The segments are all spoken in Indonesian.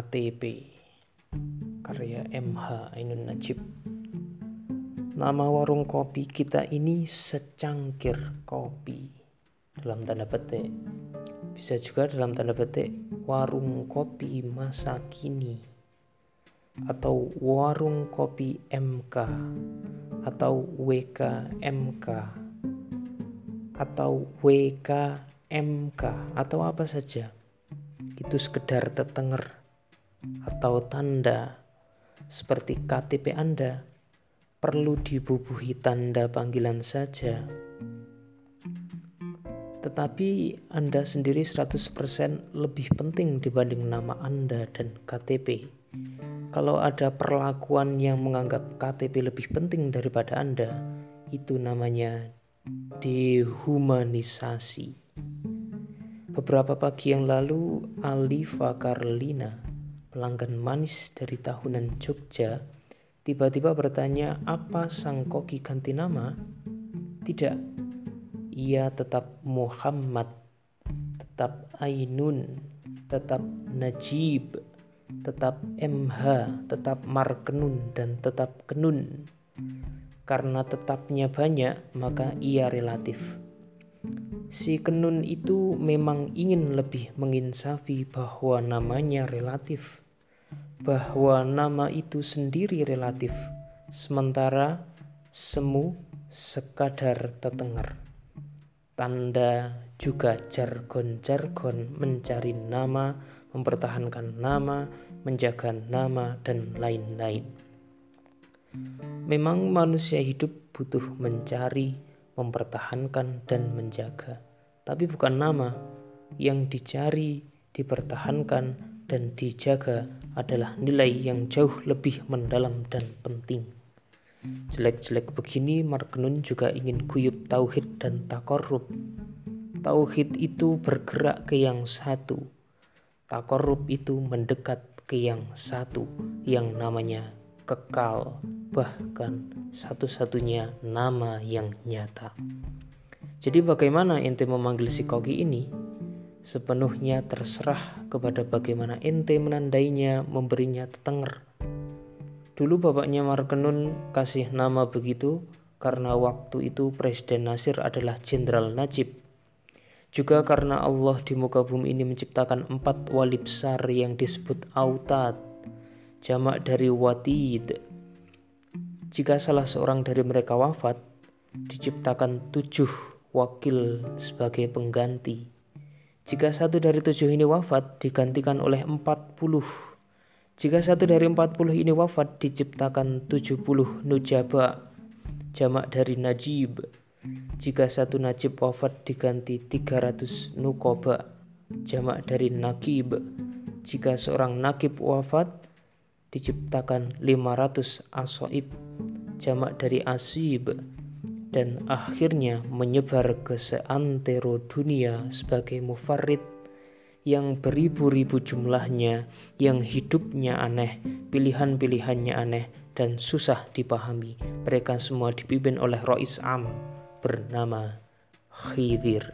KTP karya MH Ainun Najib. Nama warung kopi kita ini secangkir kopi dalam tanda petik. Bisa juga dalam tanda petik warung kopi masa kini, atau warung kopi MK, atau WKMK, atau WKMK, atau apa saja. Itu sekedar tetenger atau tanda. Seperti KTP Anda perlu dibubuhi tanda panggilan saja. Tetapi Anda sendiri 100% lebih penting dibanding nama Anda dan KTP. Kalau ada perlakuan yang menganggap KTP lebih penting daripada Anda, itu namanya dehumanisasi. Beberapa pagi yang lalu, Alifa Karlina, pelanggan manis dari tahunan Jogja, tiba-tiba bertanya, apa sang koki ganti nama? Tidak, ia tetap Muhammad, tetap Ainun, tetap Najib, tetap MH, tetap Markenun, dan tetap Kenun. Karena tetapnya banyak, maka ia relatif. Si Kenun itu memang ingin lebih menginsafi bahwa namanya relatif, bahwa nama itu sendiri relatif, sementara semu sekadar tetenger. Tanda juga jargon-jargon mencari nama, mempertahankan nama, menjaga nama, dan lain-lain. Memang manusia hidup butuh mencari, mempertahankan, dan menjaga. Tapi bukan nama. Yang dicari, dipertahankan, dan dijaga adalah nilai yang jauh lebih mendalam dan penting. Jelek-jelek begini, Markenun juga ingin guyub tauhid dan takorrub. Tauhid itu bergerak ke yang satu, takorrub itu mendekat ke yang satu, yang namanya kekal, bahkan satu-satunya nama yang nyata. Jadi bagaimana ente memanggil si koki ini? Sepenuhnya terserah kepada bagaimana ente menandainya, memberinya tetenger. Dulu bapaknya Markenun kasih nama begitu karena waktu itu Presiden Nasir adalah Jenderal Najib. Juga karena Allah di muka bumi ini menciptakan 4 wali besar yang disebut autad, jamak dari watid. Jika salah seorang dari mereka wafat, diciptakan 7 wakil sebagai pengganti. Jika satu dari 7 ini wafat, digantikan oleh 40. Jika satu dari 40 ini wafat, diciptakan 70 nujaba, jamak dari najib. Jika satu najib wafat, diganti 300 nukoba, jamak dari nakib. Jika seorang nakib wafat, diciptakan 500 asoib, jamak dari asib. Dan akhirnya menyebar ke seantero dunia sebagai mufarrid yang beribu-ribu jumlahnya, yang hidupnya aneh, pilihan-pilihannya aneh, dan susah dipahami. Mereka semua dipimpin oleh Rois Am bernama Khidir.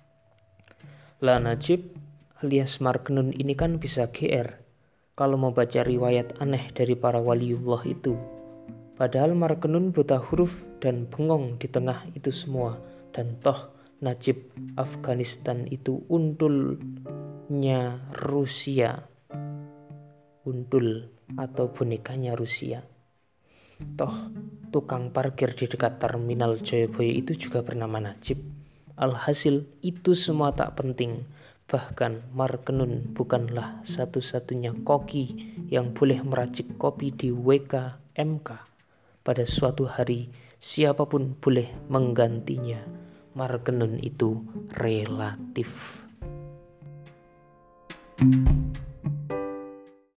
La Najib alias Markenun ini kan bisa GR kalau mau baca riwayat aneh dari para waliullah itu. Padahal Markenun buta huruf dan bengong di tengah itu semua. Dan toh Najib Afghanistan itu untulnya Rusia, untul atau bonekanya Rusia. Toh tukang parkir di dekat terminal Joyoboyo itu juga bernama Najib. Alhasil itu semua tak penting. Bahkan Markenun bukanlah satu-satunya koki yang boleh meracik kopi di WKMK. Pada suatu hari siapapun boleh menggantinya. Markenun itu relatif.